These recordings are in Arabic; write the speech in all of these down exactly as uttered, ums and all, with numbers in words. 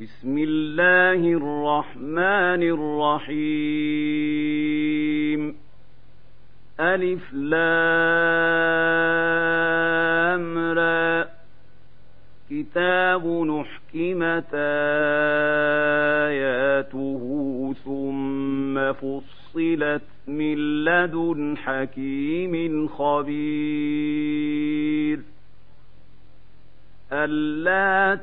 بسم الله الرحمن الرحيم ألف لام را كتاب نحكمت آياته ثم فصلت من لدن حكيم خبير ألا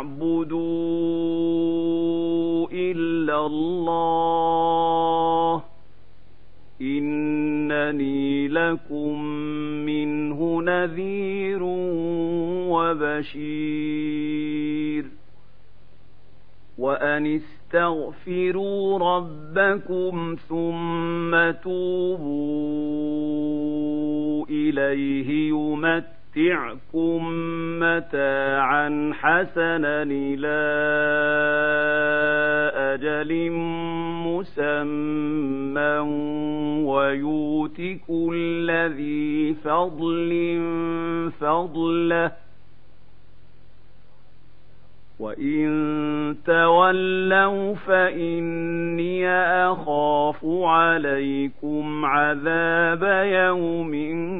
تعبدوا إلا الله إنني لكم منه نذير وبشير وأن استغفروا ربكم ثم توبوا إليه يمتعكم متاعا حسنا إلى أجل مسمى ويؤت كل ذي فضل فضله وإن تولوا فإني أخاف عليكم عذاب يوم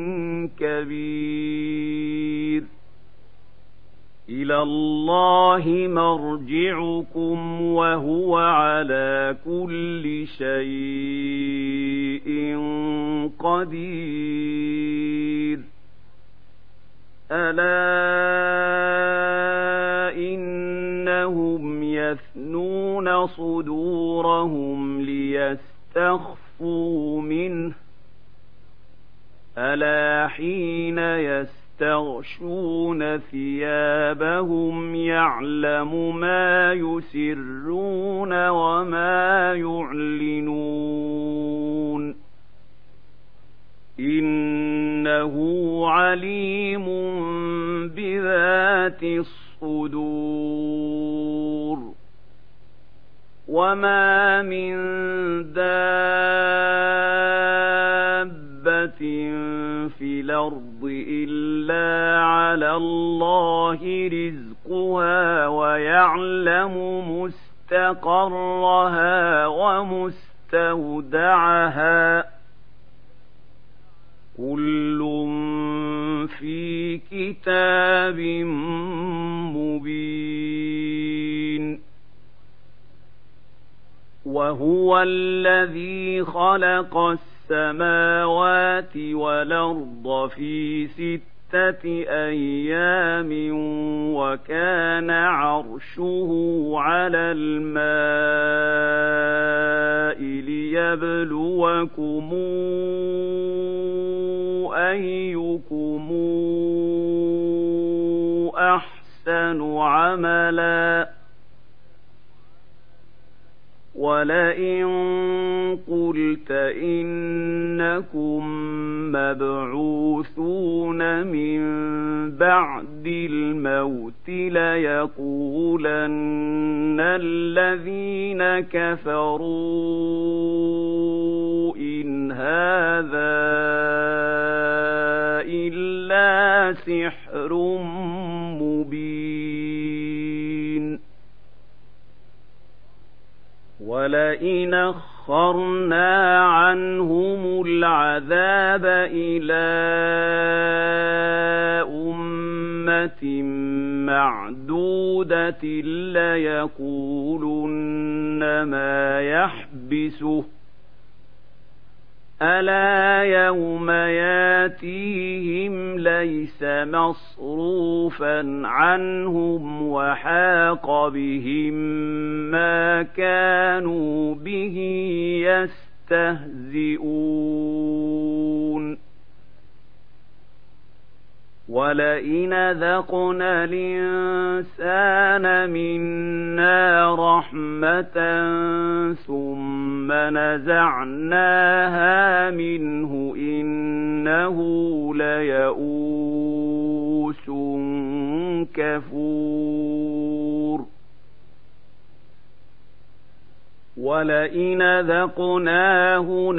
كبير إلى الله مرجعكم وهو على كل شيء قدير ألا إنهم يثنون صدورهم ليستخفوا منه ألا حين يستغشون ثيابهم يعلم ما يسرون وما يعلنون إنه عليم بذات الصدور وما من دابة في الأرض إلا على الله رزقها ويعلم مستقرها ومستودعها كل في كتاب مبين وهو الذي خلق السماوات والأرض في ستة أيام وكان عرشه على الماء ليبلوكم أيكم أحسن عملا ولئن قلت إنكم مبعوثون من بعد الموت ليقولن الذين كفروا إن هذا إلا سحر مبين ولئن أخرنا عنهم العذاب إلى أمة معدودة ليقولن ما يحبسه ألا يوم ياتيهم ليس مصروفا عنهم وحاق بهم ما كانوا به يستهزئون ولئن ذقنا الإنسان منا رحمة ثم نزعناها منه إنه ليئوس كفور ولئن ذقناه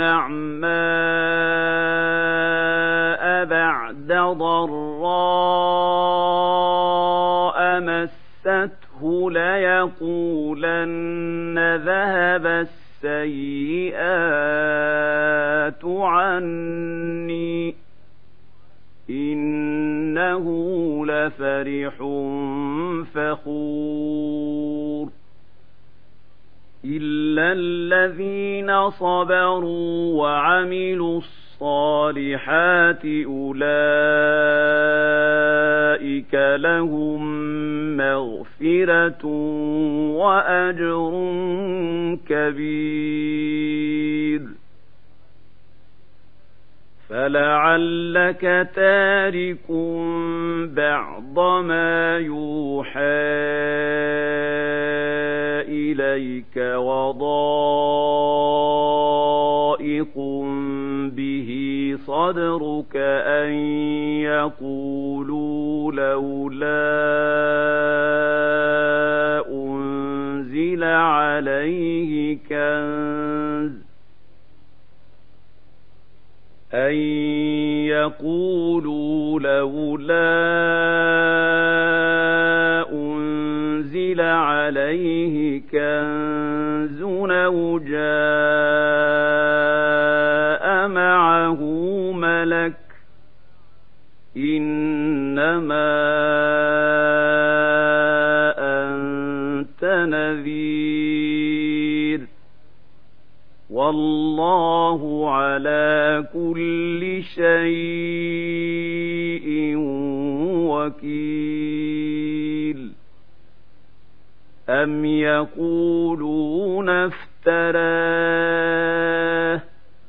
نعماء بعد ضراء مسته مسته ليقولن ذهب السيئات عني إنه لفرح فخور إلا الذين صبروا وعملوا الصالحات أولئك لهم مغفرة وأجر كبير فلعلك تارك بعض ما يوحى إليك وضائق به صدرك أن يقولوا لولا أنزل عليه كنز أن يقولوا لولا أنزل عليه كنز أو جاء معه ملك إنما أنت نذير والله على كل شيء وكيل أم يقولون افتراه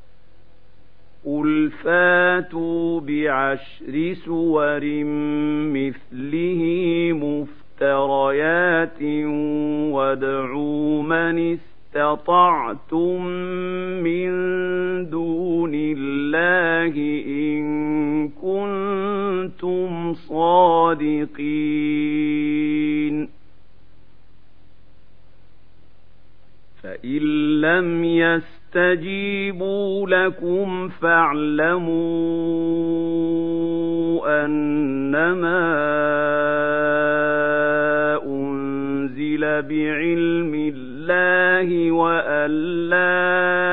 قل فاتوا بعشر سور مثله مفتريات وادعوا من استطعتم من دون الله إن كنتم صادقين فإن لم يستجيبوا لكم فاعلموا أنما أنزل بعلم الله وأن لا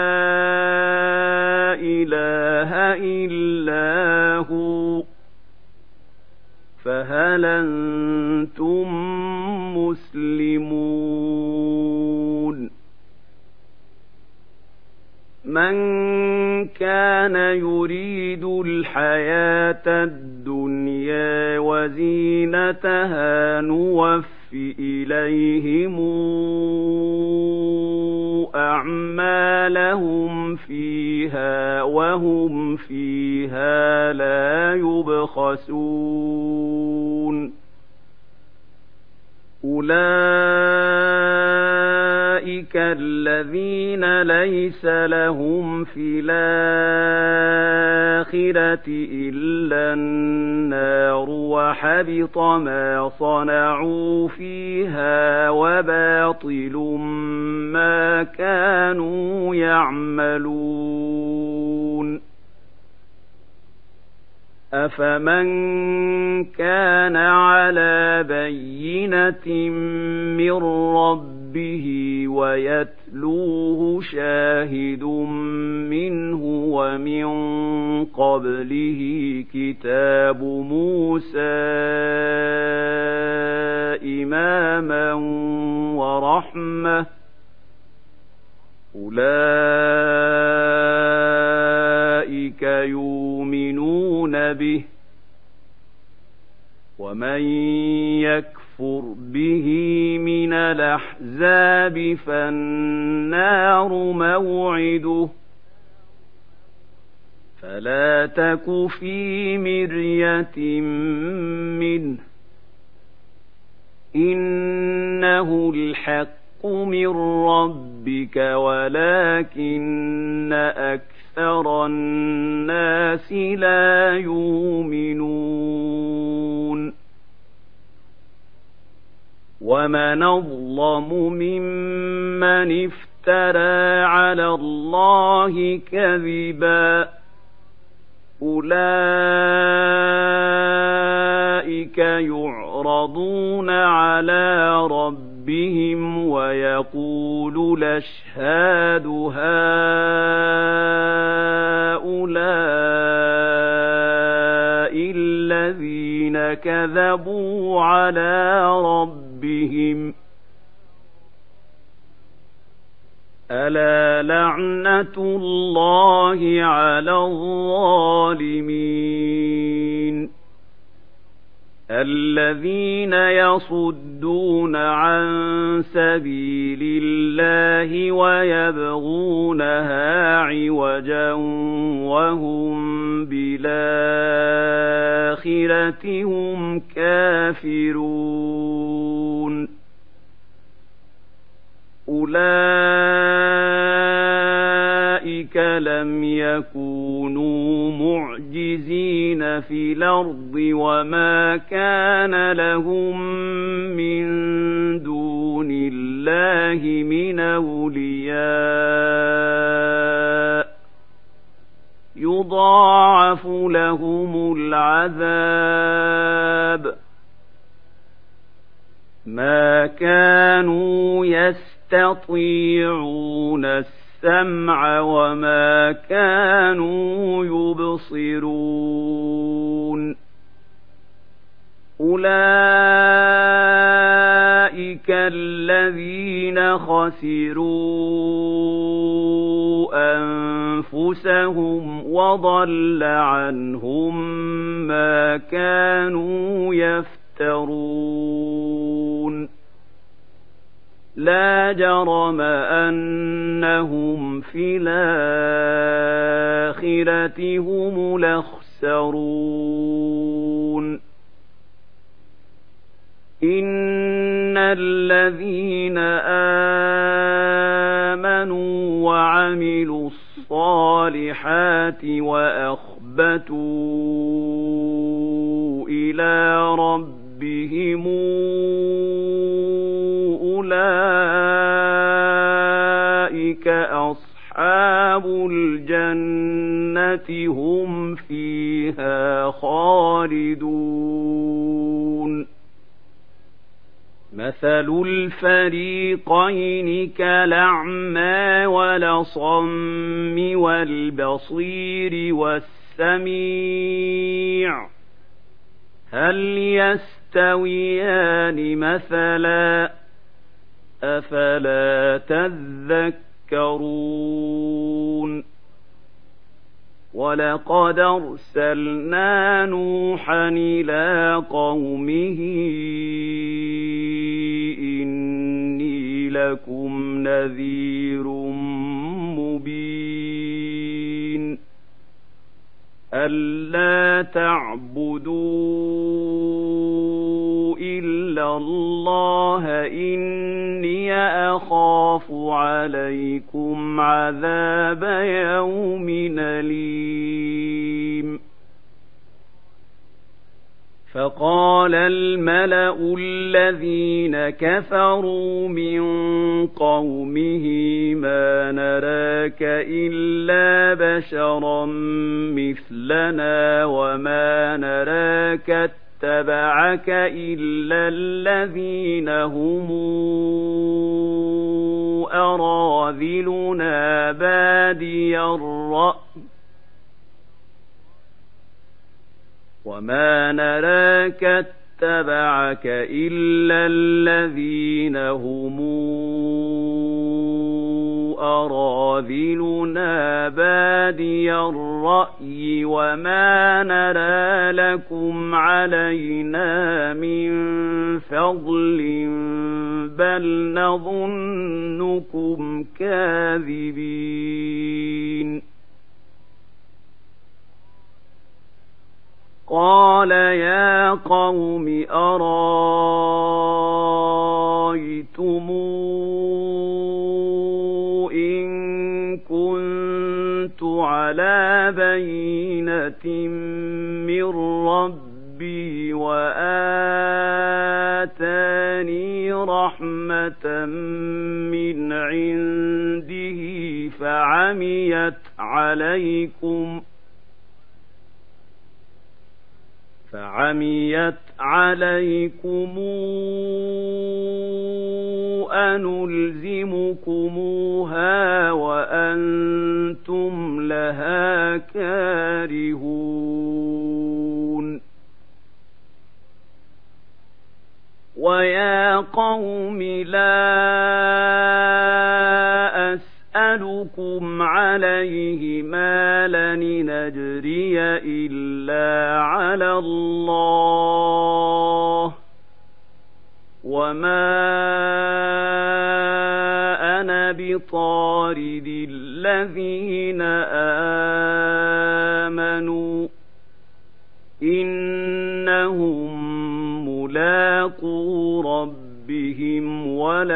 إله إلا هو فهل أنتم مسلمون من كان يريد الحياة الدنيا وزينتها نوفي إليهم أعمالهم فيها وهم فيها لا يبخسون أولئك الذين ليس لهم في الآخرة إلا النار وحبط ما صنعوا فيها وباطل ما كانوا يعملون أفمن كان على بينة من ربه ويتلوه شاهد منه ومن قبله كتاب موسى إماما ورحمة أولئك يؤمنون به ومن يكفر به من الأحزاب فالنار موعده فلا تك في مرية منه إنه الحق من ربك ولكن أكثر الناس لا يؤمنون ومن أظلم ممن افترى على الله كذبا أولئك أولئك يعرضون على ربهم ويقول الأشهاد هؤلاء الذين كذبوا على ربهم ألا لعنة الله على الظالمين الذين يصدون عن سبيل الله ويبغونها عوجا وهم بالآخرة هم كافرون أولئك لم يكونوا معجزين في الأرض وما كان لهم من دون الله من أولياء يضاعف لهم العذاب ما كانوا يستطيعون السمع وما كانوا يبصرون أولئك الذين خسروا أنفسهم وضل عنهم ما كانوا يفترون لا جرم أنهم في الآخرة هم الأخسرون إن الذين آمنوا وعملوا الصالحات وأخبتوا إلى ربهم أولئك أصحاب الجنة هم فيها خالدون مثل الفريقين كالأعمى والأصم والبصير والسميع هل يستويان مثلا أفلا تذكرون ولقد أرسلنا نوحا إلى قومه إني لكم نذير مبين ألا تعبدوا إلا الله إني أخاف عليكم عذاب يوم أليم فقال الملأ الذين كفروا من قومه ما نراك إلا بشرا مثلنا وما نراك اتبعك إلا الذين هم أراذلنا بادي الرأي وما نراك اتبعك إلا الذين هم أراذلنا بادي الرأي وما نرى لكم علينا من فضل بل نظنكم كاذبين قال يا قوم أرايتم إن كنت على بينة من ربي وآتاني رحمة من عنده فعميت عليكم فعميت عليكم أنلزمكموها وأنتم لها كارهون ويا قوم لا أسألكم عليه مالا إن أجري إلا على الله وما أنا بطارد الذين آمنوا إنهم ملاقو ربهم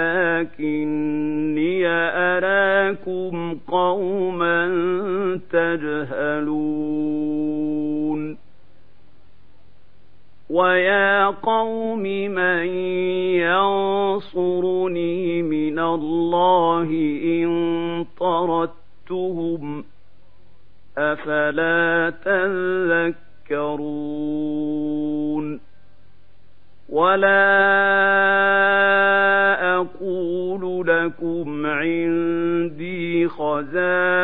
ولكني أراكم قوما تجهلون ويا قوم من ينصرني من الله إن طردتهم أفلا تذكرون ولا أقول لكم عندي خزائن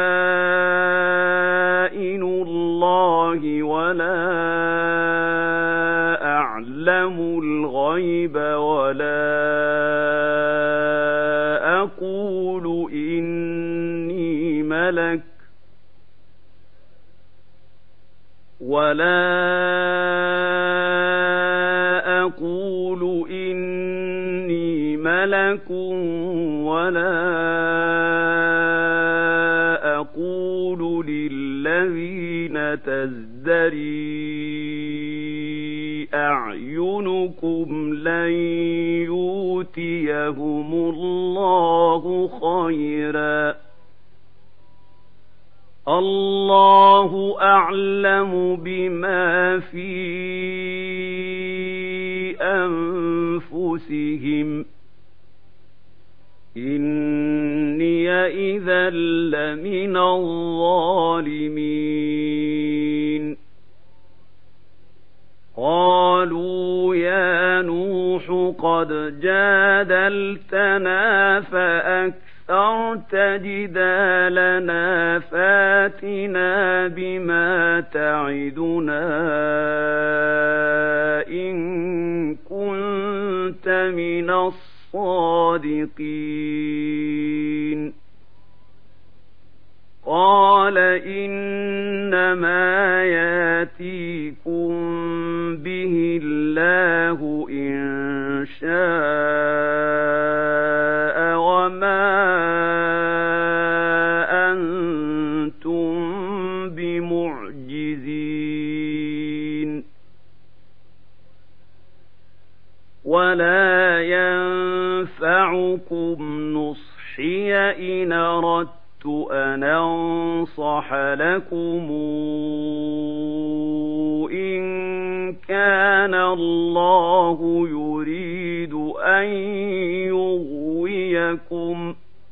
الله ولا أعلم الغيب ولا أقول إني ملك ولا أقول إني ملك ولا أقول للذين تزدري أعينكم لن يؤتيهم الله خيرا الله أعلم بما في أنفسهم إني إذا لمن الظالمين قالوا يا نوح قد جادلتنا فأكثرت جدالنا فاتنا بما تعدنا إن كنت من الصادقين قال إنما ياتيكم به الله إن شاء وما أنتم بمعجزين ولا ينفعكم نصحي إن أردت أن أنصح لكم إن كان الله يريد أن يغويكم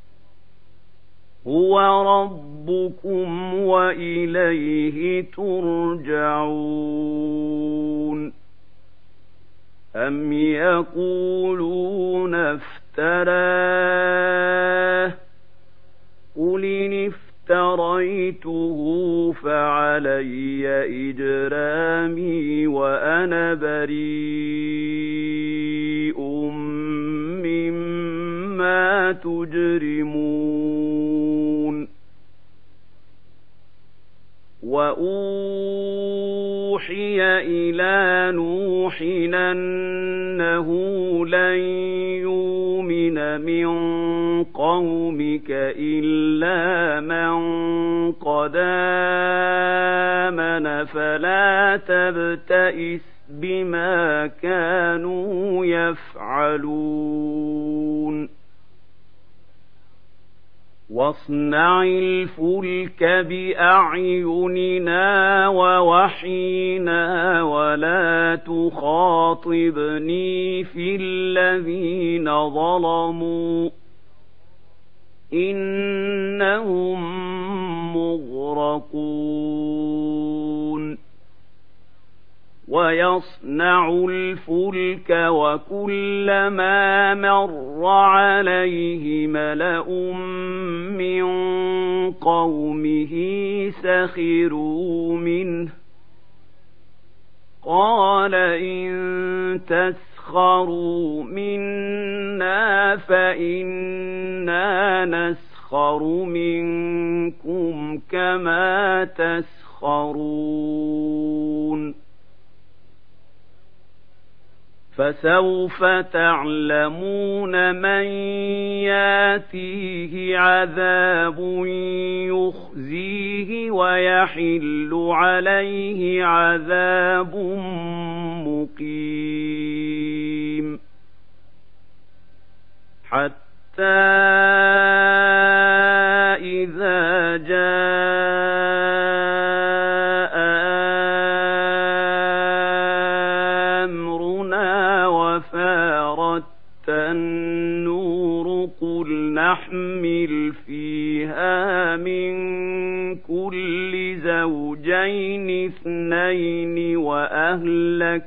هو ربكم وإليه ترجعون أم يقولون افتراه قل إن افتريته فعلي إجرامي وأنا بريء مما تجرمون وأوحي إلى نوح أنه لن يؤمن من قومك إلا من قد آمن فلا تبتئس بما كانوا يفعلون واصنع الفلك بأعيننا ووحينا ولا تخاطبني في الذين ظلموا إنهم مغرقون ويصنع الفلك وكلما مر عليه ملأ من قومه سخروا منه قال إن تسخروا منا فإنا نسخر منكم كما تسخرون فسوف تعلمون من ياتيه عذاب يخزيه ويحل عليه عذاب مقيم حتى إذا جاء أمرنا وفارت النور قل نحمل فيها من كل زوجين اثنين وأهلك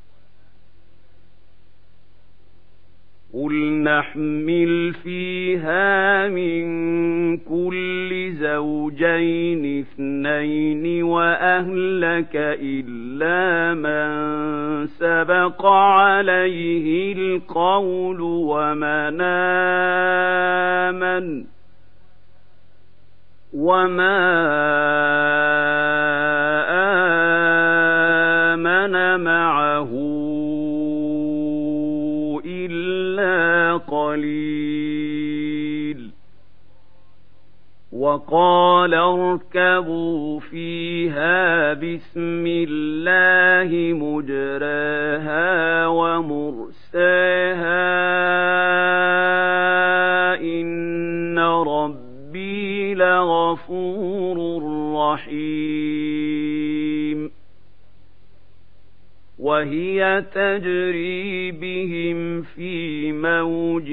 قل نحمل فيها من كل زوجين اثنين وأهلك إلا من سبق عليه القول ومن آمن وما آمن معه إلا قليل وقال اركبوا فيها بسم الله مجراها ومرساها إن ربي لغفور رحيم وهي تجري بهم في موج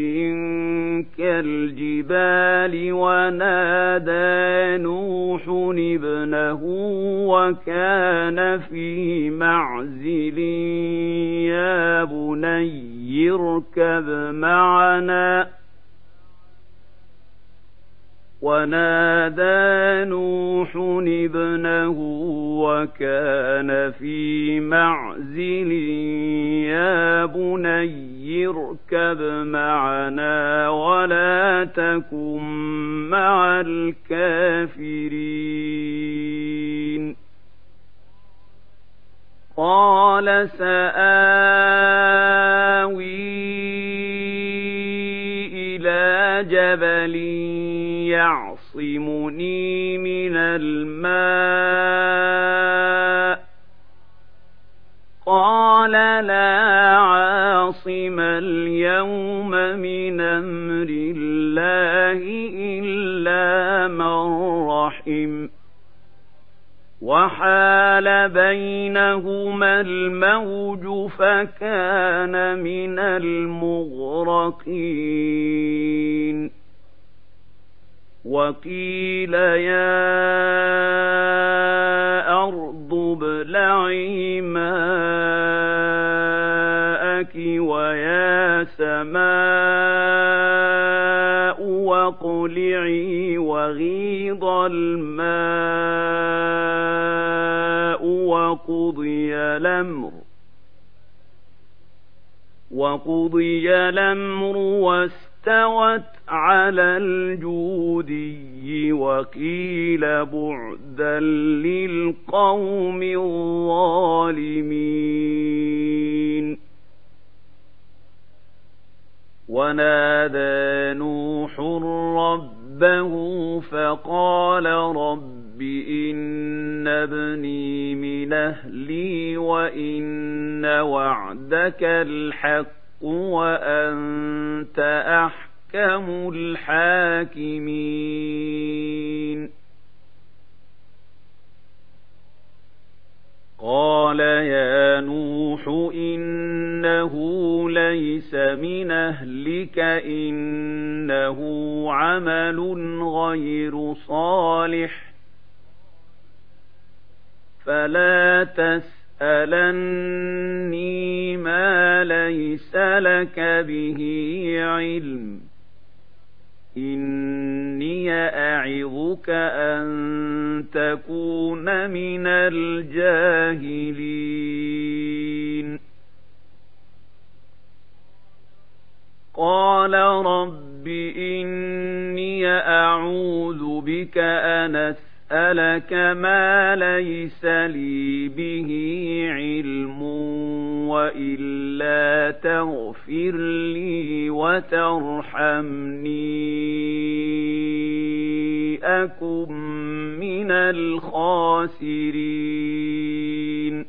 كالجبال ونادى نوح ابنه وكان في معزل يا بني اركب معنا ونادى نوح ابنه وكان في معزل يا بني اركب معنا ولا تكن مع الكافرين قال سآوي إلى جبل يعصمني من الماء قال لا عاصم اليوم من أمر الله إلا من رحم وحال بينهما الموج فكان من المغرقين وقيل يا أرض ابلعي ماءك ويا سماء واقلعي وغيض الماء وقضي الأمر وقضي الأمر واستوت على الجودي وقيل بعدا للقوم الظالمين ونادى نوح ربه فقال رب إن ابني من أهلي وإن وعدك الحق وأنت أحكم الحاكمين قال يا نوح إنه ليس من أهلك إنه عمل غير صالح فلا تسأل تسألني ما ليس لك به علم إني أعظك أن تكون من الجاهلين قال رب إني أعوذ بك أن أسألك ما ليس لي به علم وإلا تغفر لي وترحمني أكن من الخاسرين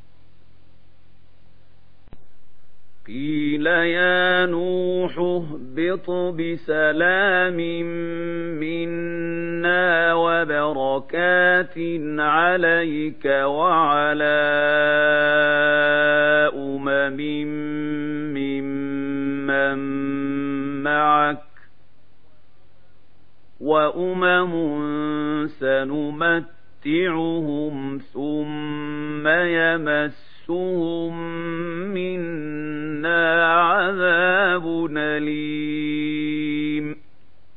قيل يا نوح اهبط بسلام منا وبركات عليك وعلى أمم ممن معك وأمم سنمتعهم ثم يمسهم منا عذاب أليم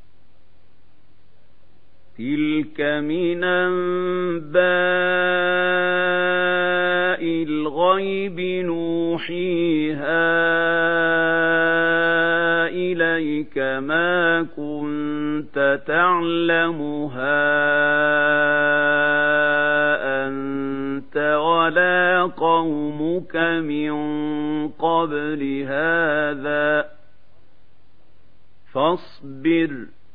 تلك من أنباء الغيب نوحيها إليك ما كنت تعلمها أنت ولا قومك من قبل هذا فاصبر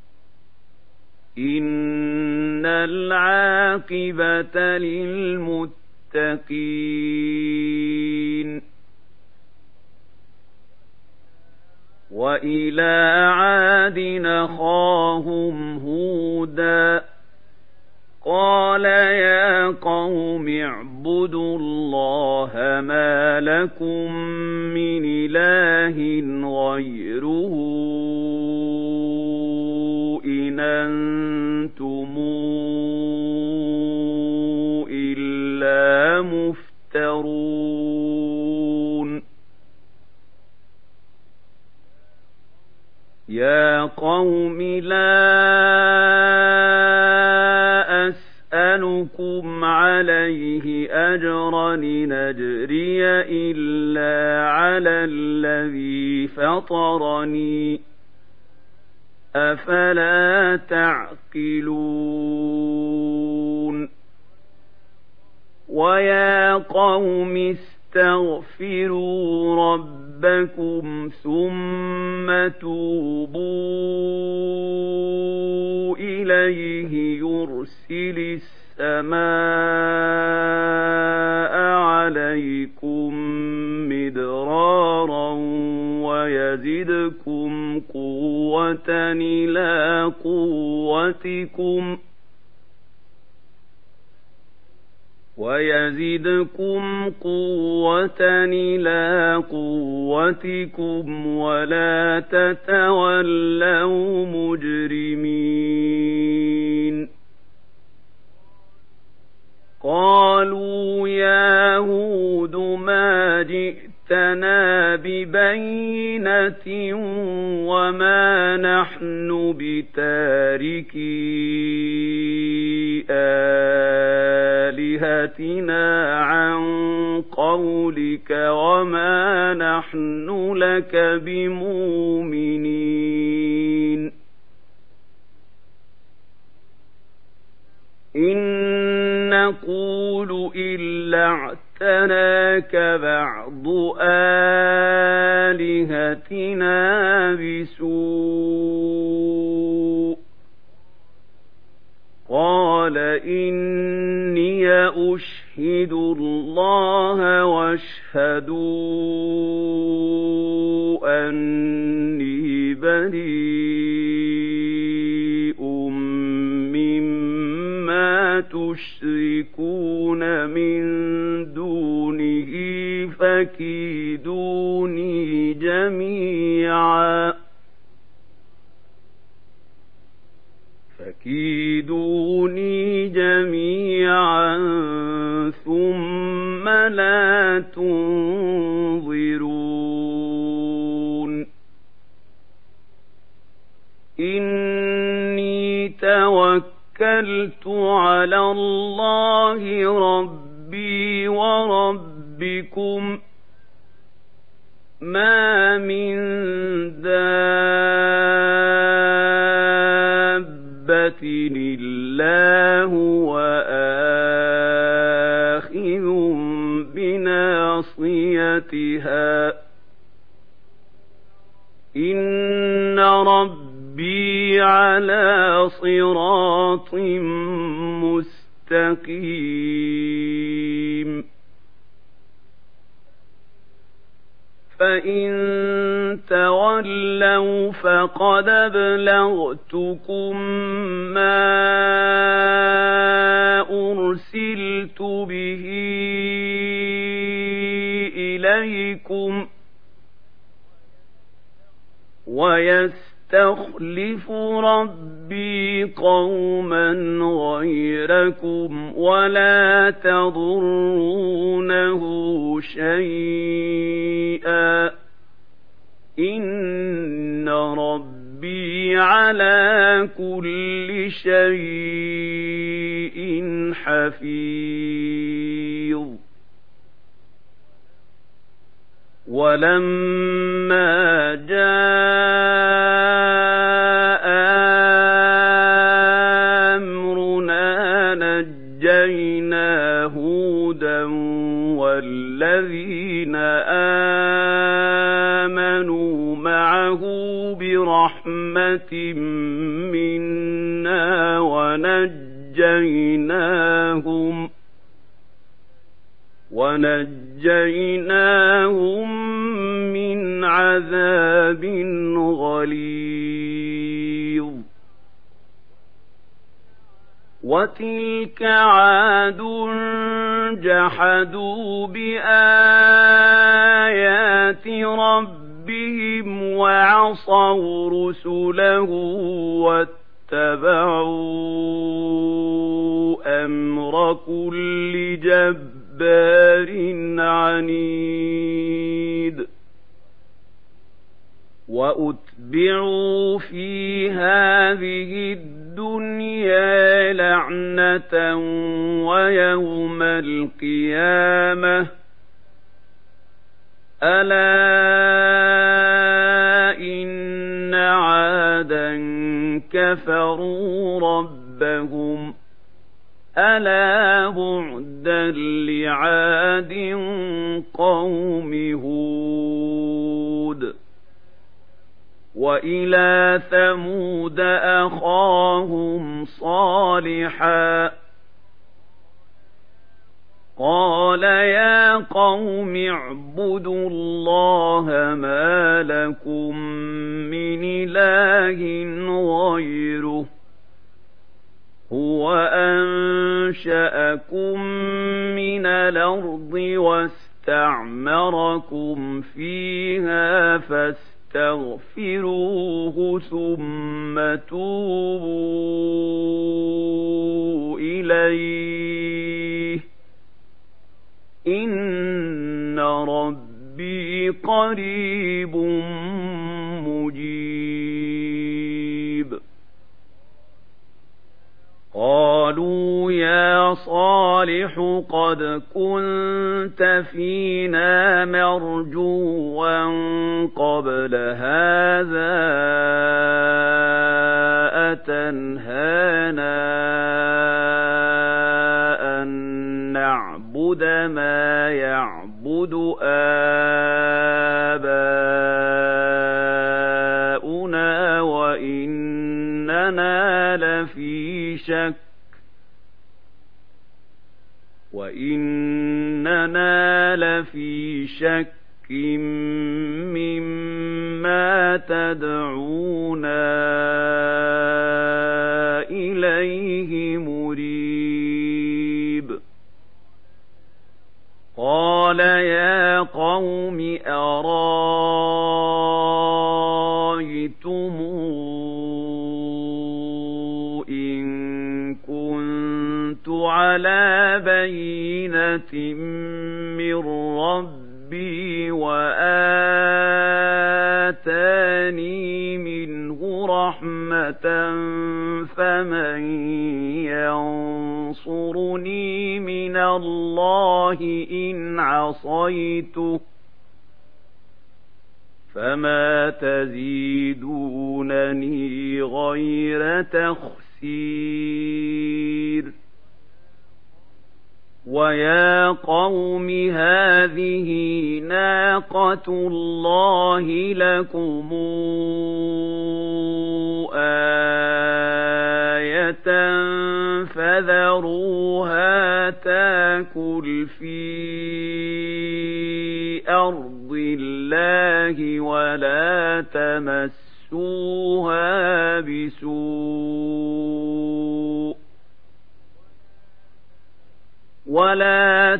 إن العاقبة للمتقين وإلى عاد أخاهم هودا قال يا قوم اعبدوا الله ما لكم من إله غيره إن أنتم إلا مفترون يا قوم لا أسألكم عليه أجرا إن أجري إلا على الذي فطرني أفلا تعقلون ويا قوم استغفروا ربكم ثم توبوا إليه يرسل السماء عليكم مدرارا ويزدكم قوة إلى قوتكم ويزدكم قوة إلى قوتكم ولا تتولوا مجرمين قالوا يا هود ما جئتنا ببينة وما نحن بتاركي آلهتنا عن قولك وما نحن لك بمؤمنين إن نقول إلا اعتناك بعض آلهتنا بسوء قال إني أشهد الله واشهدوا أني بريء مما تشركون من دونه فكيدوني جميعا فكيدوني جميعا ثم أفلا تنظرون إني توكلت على الله ربي وربكم ما من دابة إلا هو آخذ بناصيتها إن ربي على صراط مستقيم فإن تولوا فقد أبلغتكم ما أرسلت به إليكم ويستخلف ربي قوما غيركم ولا تضرونه شيئا إن ربي على كل شيء حفيظ ولما جاء أمرنا نجينا هودا والذين آمنوا معه برحمة منا ونجيناهم ونجيناهم من عذاب غليظ وتلك عاد جحدوا بآيات ربهم وعصوا رسله واتبعوا أمر كل جبار جبار عنيد وأتبعوا في هذه الدنيا لعنة ويوم القيامة ألا إن عادا كفروا ربهم ألا بعدا لعاد قوم هود وإلى ثمود أخاهم صالحا قال يا قوم اعبدوا الله ما لكم من إله غيره هو أنشأكم من الأرض واستعمركم فيها فاستغفروه ثم توبوا إليه إن ربي قريب مجيب قالوا يا صالح قد كنت فينا مرجوا قبل هذا أتنهانا أن نعبد ما يعبد آباؤنا وإننا لفي شك وإننا لفي شك مما تدعونا إليه مريب قال يا قوم أرايتم إن كنت على على بينة من ربي وآتاني منه رحمة فمن ينصرني من الله إن عصيته فما تزيدونني غير تخسير ويا قوم هذه ناقة الله لكم آية فذروها تاكل في أرض الله ولا تمسوها بسوء ولا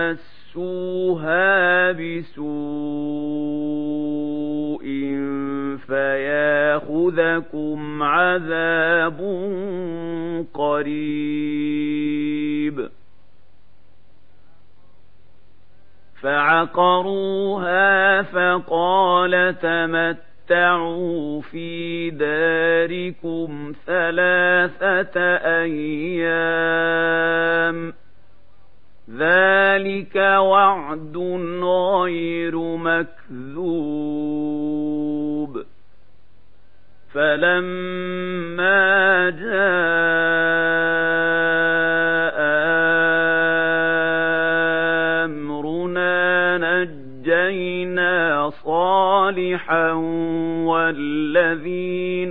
تمسوها بسوء فياخذكم عذاب قريب فعقروها فقال تمتعوا في داركم ثلاثة أيام ذلك وعد غير مكذوب فلما جاء أمرنا نجينا صالحا والذين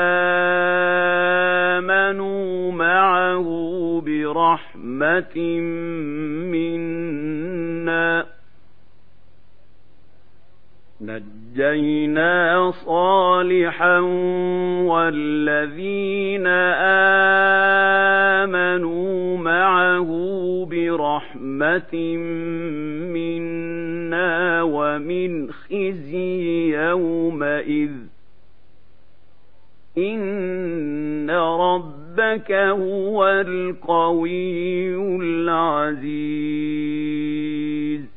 آمنوا معه برحمة منا نجينا صالحا والذين آمنوا معه برحمة منا ومن خزي يومئذ إن ربك هو القوي العزيز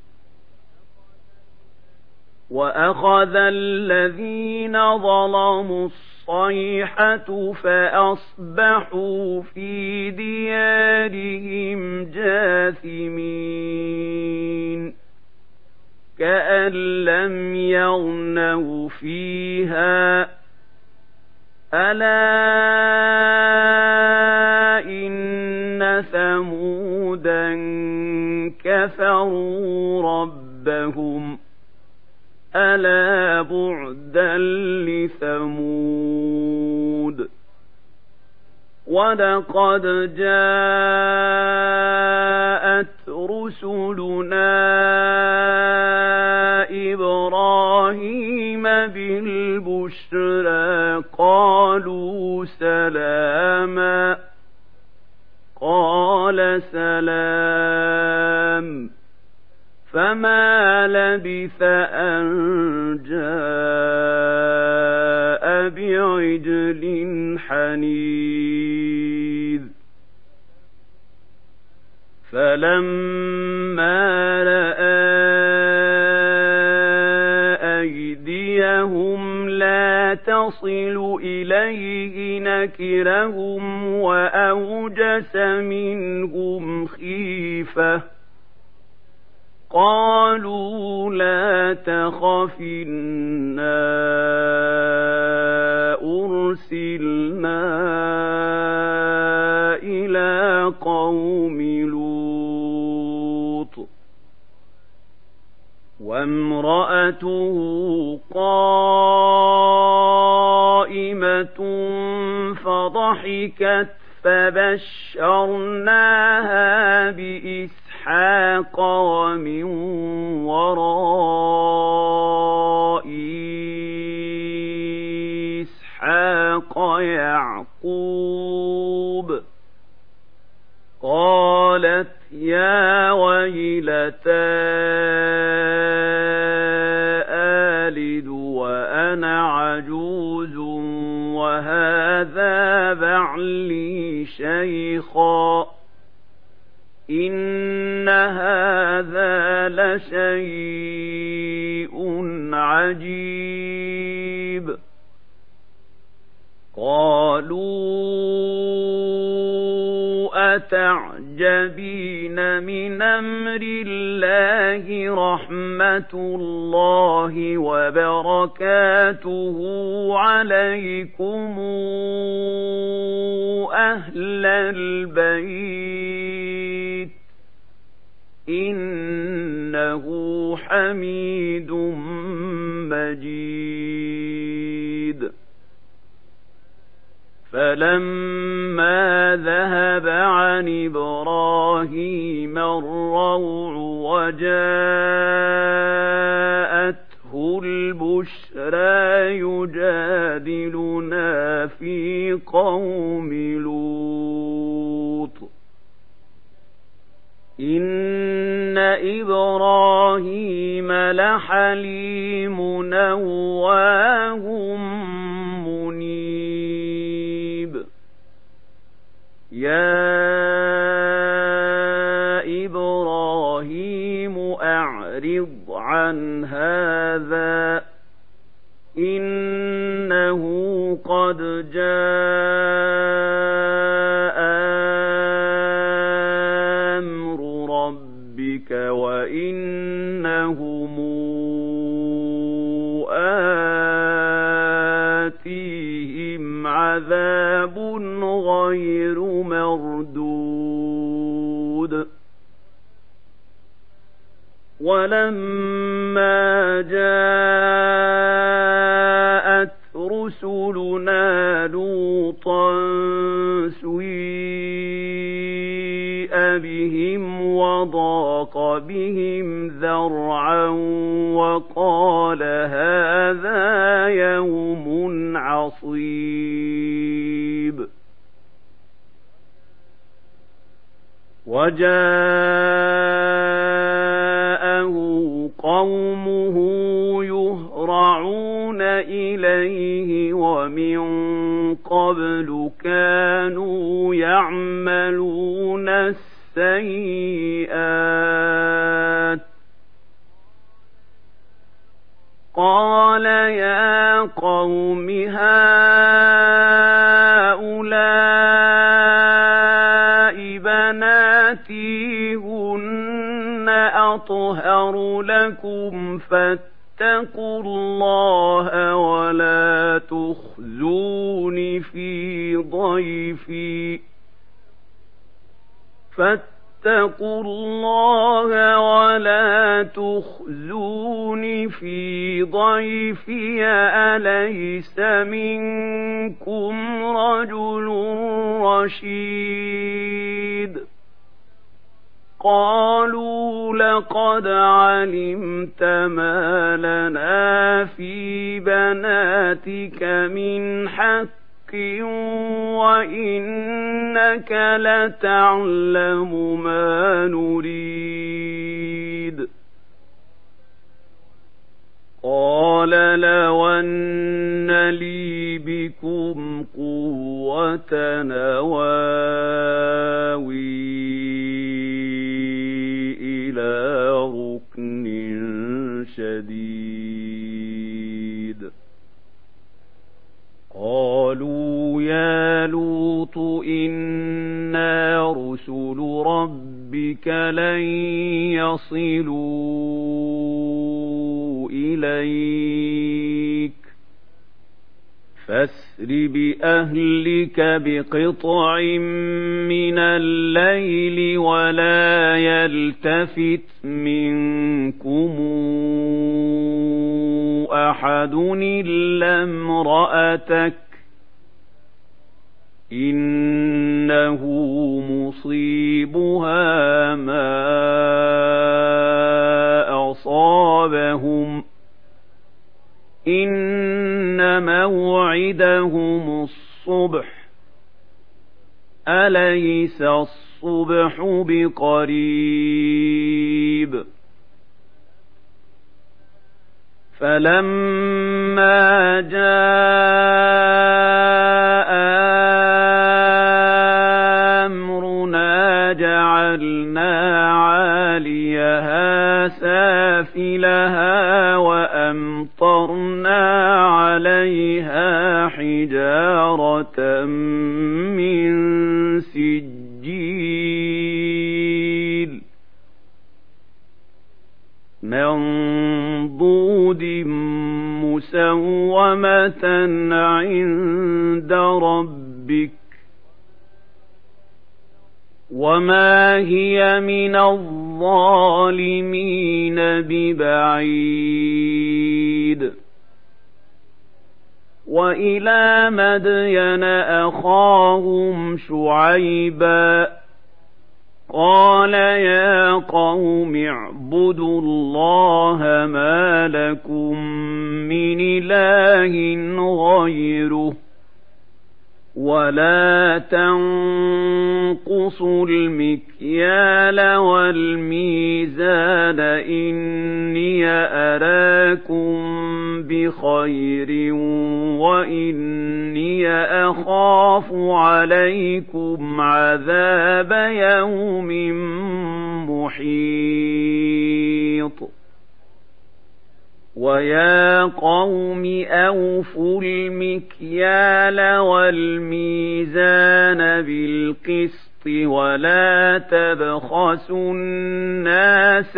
وأخذ الذين ظلموا الصيحة فأصبحوا في ديارهم جاثمين كأن لم يغنوا فيها ألا إن ثمودا كفروا ربهم ألا بعدا لثمود ولقد جاءت رسلنا إبراهيم بالبشرى قالوا سلاما قال سلام فما لبث أن جاء بعجل حنيذ فلما رأى أيديهم لا تصل إليه نكرهم وأوجس منهم خيفة قالوا لا تخف إنا أرسلنا إلى قوم لوط وامرأته قائمة فضحكت فبشرناها بإسحاق ومن وراء إسحاق يعقوب قالت يا ويلتى آلد وأنا عجوز وهذا بعلي شيخا إن هذا لشيء عجيب قالوا أتعجبين من أمر الله رحمة الله وبركاته عليكم أهل البيت إنه حميد مجيد فلما ذهب عن إبراهيم الروع وجاءته البشرى يجادلنا في قوم لوط إن إبراهيم لحليم أواه منيب يا إبراهيم أعرض عن هذا إنه قد جاء أمر ربك وإنهم آتيهم عذاب غير مردود ولما جاءت رسلنا لوطا سيء بهم وضاق بهم ذرعا وقال هذا يوم عصيب وجاءه قومه يهرعون إليه ومن قبل كانوا يعملون السيئات قال يا قوم هؤلاء بناتي هن أطهر لكم فاتقوا الله ولا تخزون في ضيفي فاتقوا الله ولا تخزون في ضيفي أليس منكم رجل رشيد قالوا لقد علمت ما لنا في بناتك من حق وإنك لتعلم ما نريد قال لو أن لي بكم قوة نواوي إلى ركن شديد قالوا يا لوط إنا رسل ربك لن يصلوا إليك فاسر بأهلك بقطع من الليل ولا يلتفت منكم أحد إلا امرأتك إنه مصيبها ما أصابهم إن موعدهم الصبح أليس الصبح بقريب فلما جاء أمرنا جعلنا وحجارة من سجيل منضود مسومة عند ربك وما هي من الظالمين ببعيد وإلى مدين أخاهم شعيبا قال يا قوم اعبدوا الله ما لكم من إله غيره ولا تنقصوا المكيال والميزان إني أراكم بخير وإني أخاف عليكم عذاب يوم محيط ويا قوم أوفوا المكيال والميزان بالقسط ولا تبخسوا الناس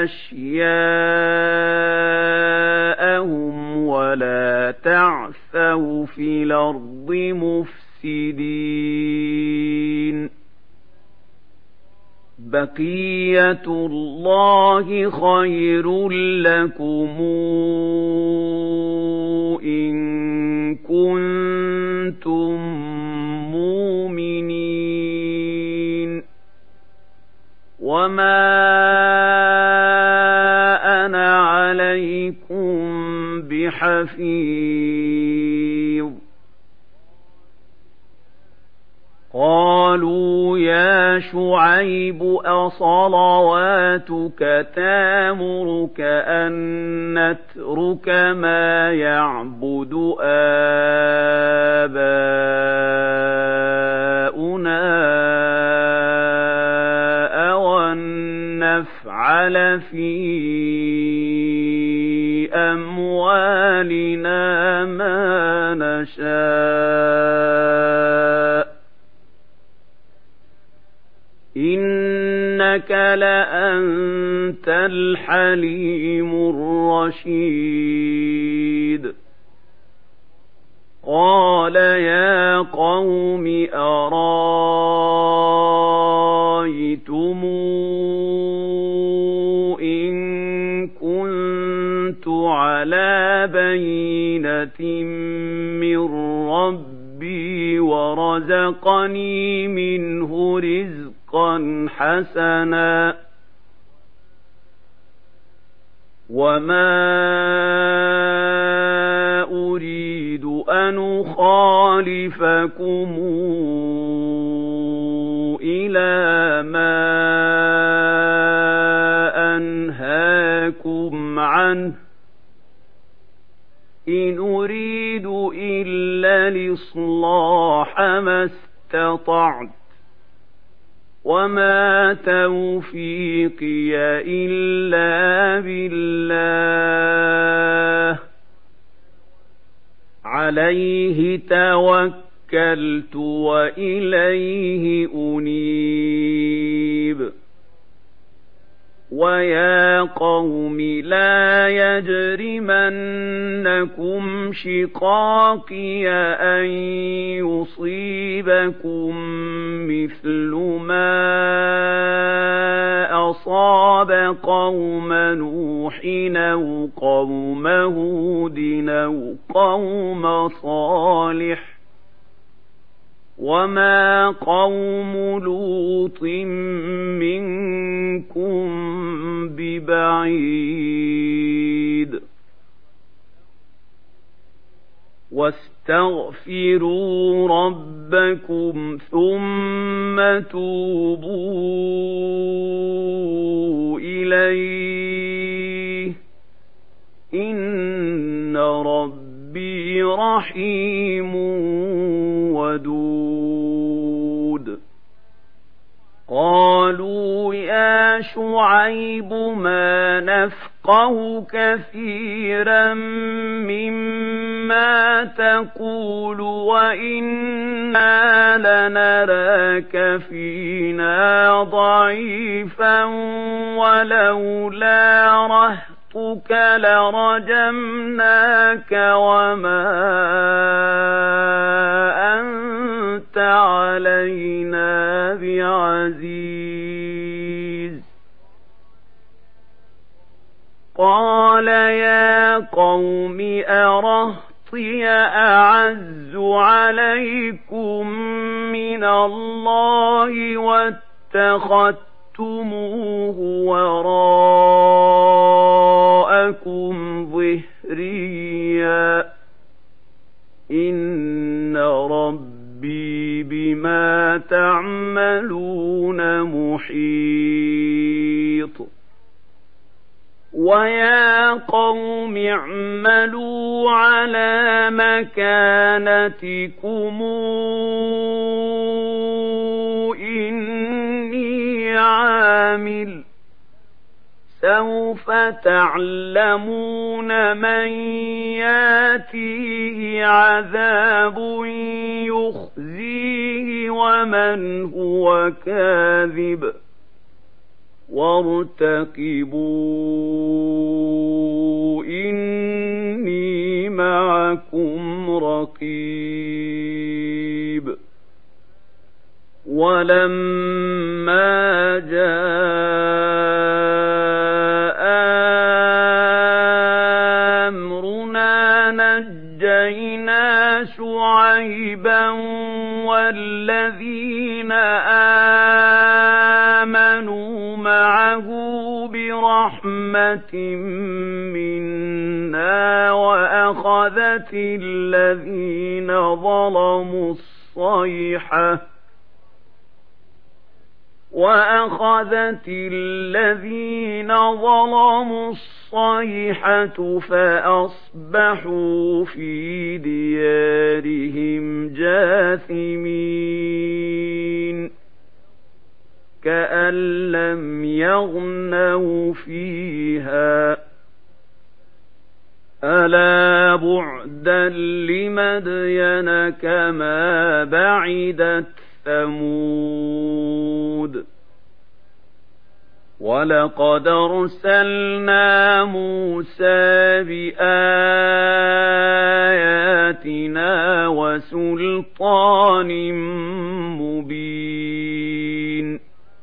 أشياءهم ولا تعثوا في الأرض مفسدين بقية الله خير لكم إن كنتم مؤمنين وما أنا عليكم بحفيظ قالوا يا شعيب أصلواتك تامرك أن نترك ما يعبد آباؤنا أو أن نفعل في أموالنا ما نشاء إنك لأنت الحليم الرشيد قال يا قوم أرايتم إن كنت على بينة من ربي ورزقني منه رزقا حسنا وما أريد أن أخالفكم إلى ما أنهاكم عنه إن أريد إلا الإصلاح ما استطعت وما توفيقي إلا بالله عليه توكلت وإليه أنيب ويا قوم لا يجرمنكم شقاقي أن يصيبكم مثل ما أصاب قوم نوح أو قوم هود أو قوم صالح وما قوم لوط منكم ببعيد واستغفروا ربكم ثم توبوا إليه إن ربي رحيم ودود قالوا يا شعيب ما نفقه نفقه كثيرا مما تقول وإنا لنراك فينا ضعيفا ولولا رهطك لرجمناك وما أنت علينا بعزيز. قال يا قوم أرهطي أعز عليكم من الله واتخذتموه وراءكم ظهريا إن ربي بما تعملون محيط. ويا قوم اعملوا على مكانتكم إني عامل سوف تعلمون من ياتيه عذاب يخزيه ومن هو كاذب وارتقبوا إني معكم رقيب. ولما جاء أمرنا نجينا شعيبا والذين آمنوا معه برحمة منا وأخذت الذين ظلموا الصيحة وأخذت الذين ظلموا الصيحة فأصبحوا في ديارهم جاثمين كأن لم يغنوا فيها ألا بعدا لمدين كما بعدت ثمود. ولقد أرسلنا موسى بآياتنا وسلطان مبين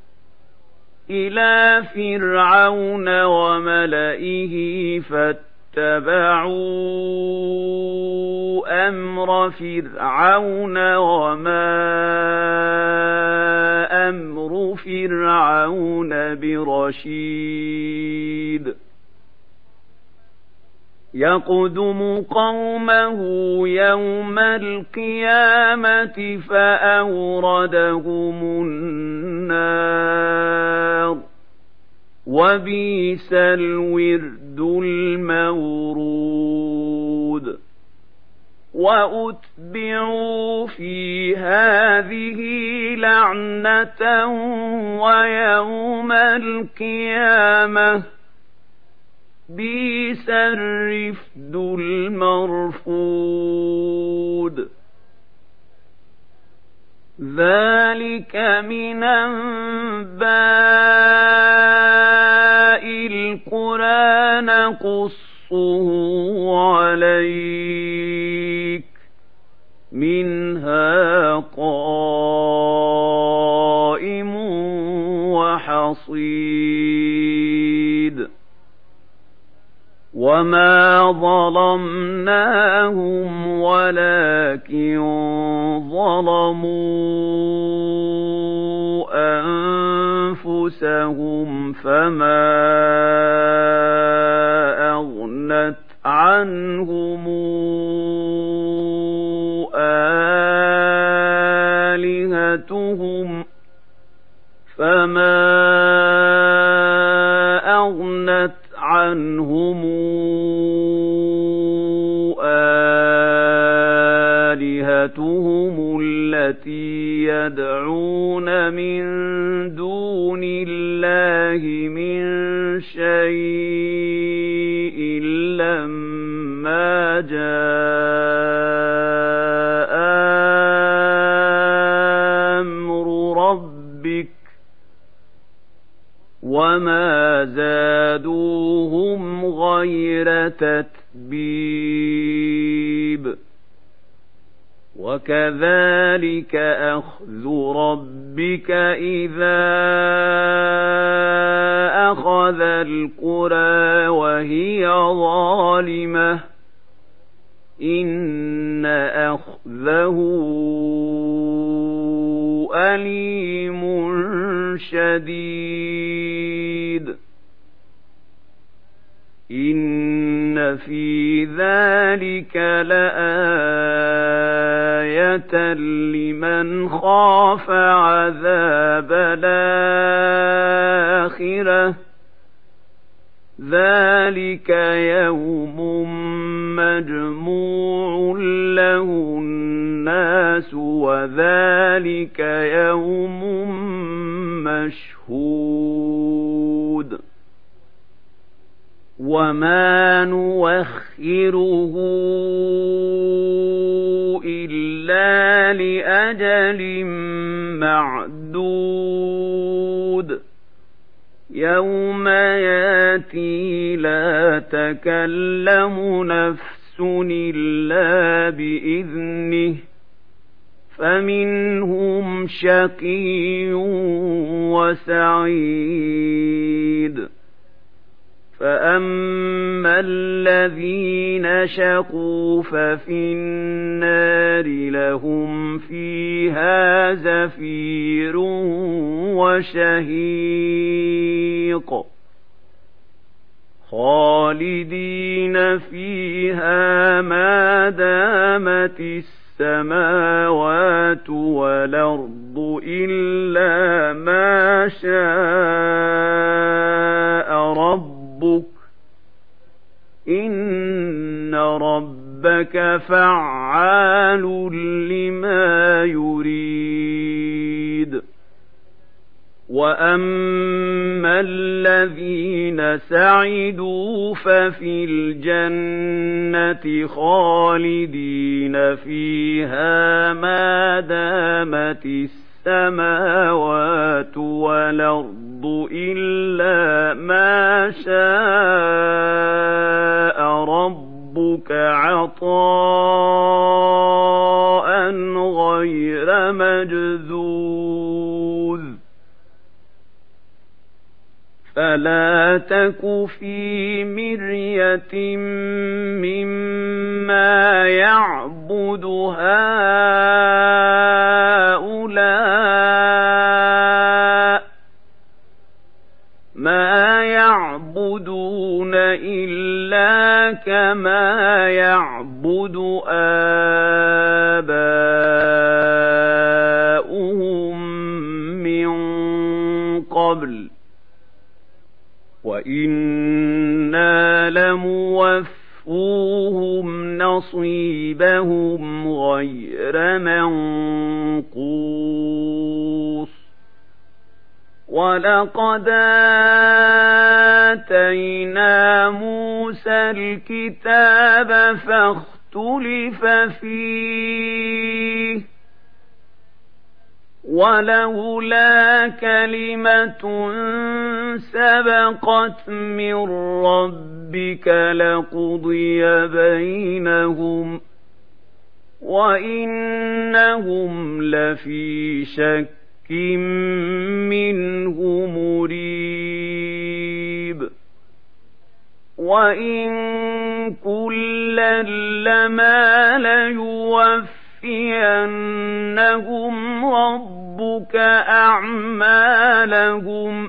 إلى فرعون وملئه فاتبعوا أمر فرعون وما أمر فرعون برشيد. يقدم قومه يوم القيامة فأوردهم النار وبئس الورد المورود. وأتبعوا في هذه لعنة ويوم القيامة بئس الرفد المرفود. ذلك من أنباء القرى نقصه عليك منها قائم وحصيد. وما ظلمناهم ولكن ظلموا أنفسهم فما أغنت عنهم آلهتهم فما أغنت عنهم آلهتهم التي يدعون من دون الله من شيء لما جاء أمر ربك وما زادوهم غير تتبيب وكذلك أخذ ربك إذا أخذ القرى وهي ظالمة إن أخذه أليم شديد إن في ذلك لآية لمن خاف عذاب الآخرة ذلك يوم مجموع له الناس وذلك يوم مشهود وما نوخره إلا لأجل معدود يوم ياتي لا تكلم نفس إلا بإذنه فمنهم شقي وسعيد فأما الذين شقوا ففي النار لهم فيها زفير وشهيق خالدين فيها ما دامت السماوات والأرض إلا ما شاء ربك إن ربك فعال لما يريد وأما الذين سعدوا ففي الجنة خالدين فيها ما دامت السماوات والأرض إلا ما شاء ربك عطاء غير مجذوذ فلا تك في مرية مما يعبد هؤلاء ما يعبدون إلا كما يعبد آباؤهم من قبل وإنا لموفوهم نصيبهم غير منقوص ولقد آتينا موسى الكتاب فاختلف فيه ولولا كلمة سبقت من ربك لقضي بينهم وإنهم لفي شك منه مريب وإن كلا لما ليوفينهم ربك أعمالهم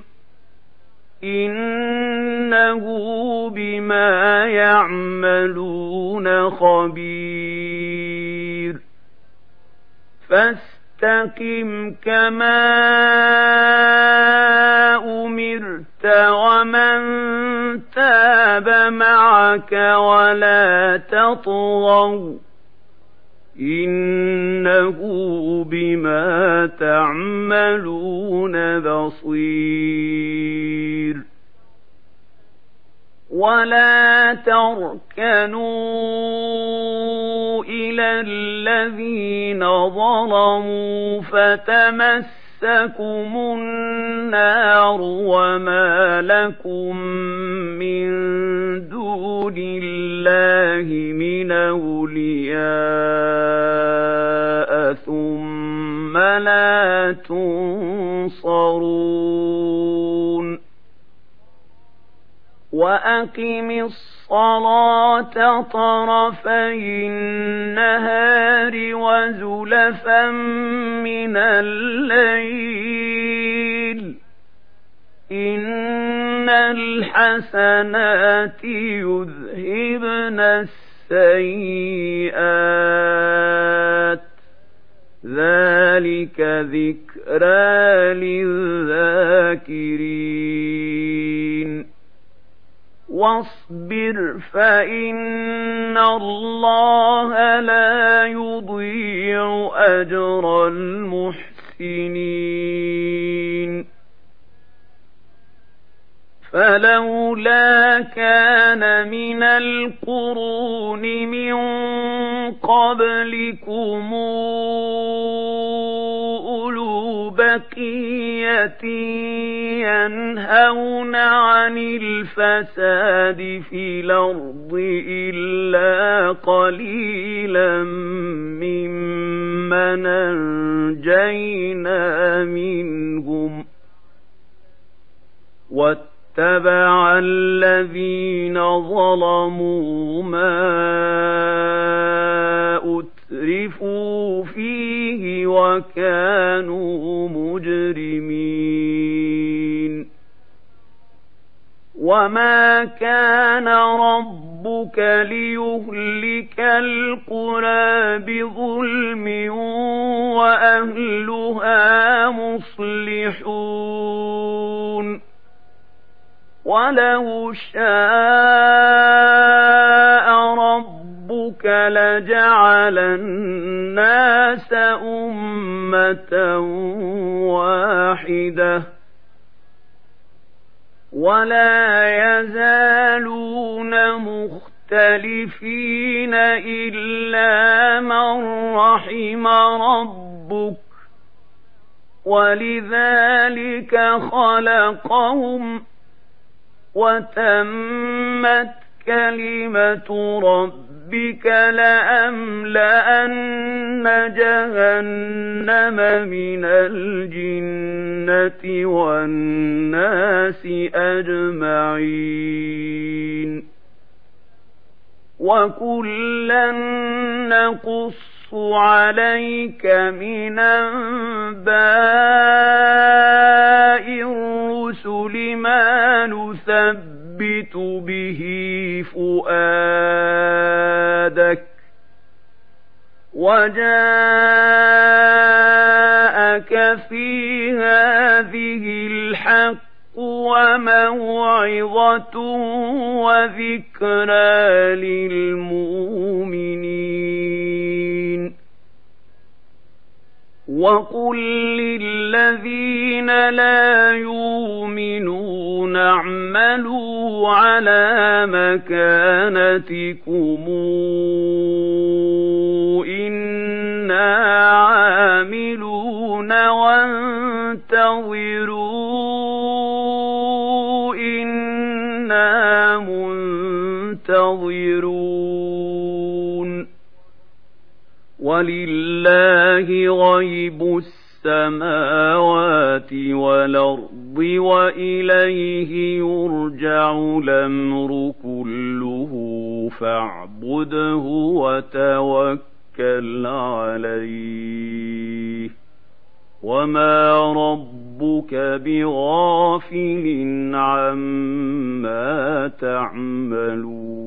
إنه بما يعملون خبير فاستقم كما أمرت ومن تاب معك ولا تطغوا إن إنه بما تعملون بصير. ولا تركنوا إلى الذين ظلموا فتمسكم النار وما لكم من دون الله من أولياء ثم لا تنصرون. وأقم الصلاة طرفي النهار وزلفا من الليل إن الحسنات يذهبن السيئات ذلك ذكرى للذاكرين. واصبر فإن الله لا يضيع أجر المحسنين. فلولا كان من القرون من قبلكم أولو بقية ينهون عن الفساد في الأرض إلا قليلا ممن أنجينا منهم واتبع الذين ظلموا ما أترفوا فيه وكانوا مجرمين. وما كان ربك ليهلك القرى بظلم وأهلها مصلحون. ولو شاء ربك لجعل الناس أمة واحدة ولا يزالون مختلفين إلا من رحم ربك ولذلك خلقهم وتمت كلمة ربك لأملأن جهنم من الجنة والناس أجمعين. وكلا نقص عليك من أنباء الرسل ما نثبت به فؤادك وجاءك في هذه الحق وموعظة وذكرى للمؤمنين. وقل للذين لا يؤمنون اعملوا على مكانتكم إنا عاملون وانتظروا إنا منتظرون. ولله غيب السماوات والأرض وإليه يرجع الأمر كله فاعبده وتوكل عليه وما ربك بغافل عما تعملون.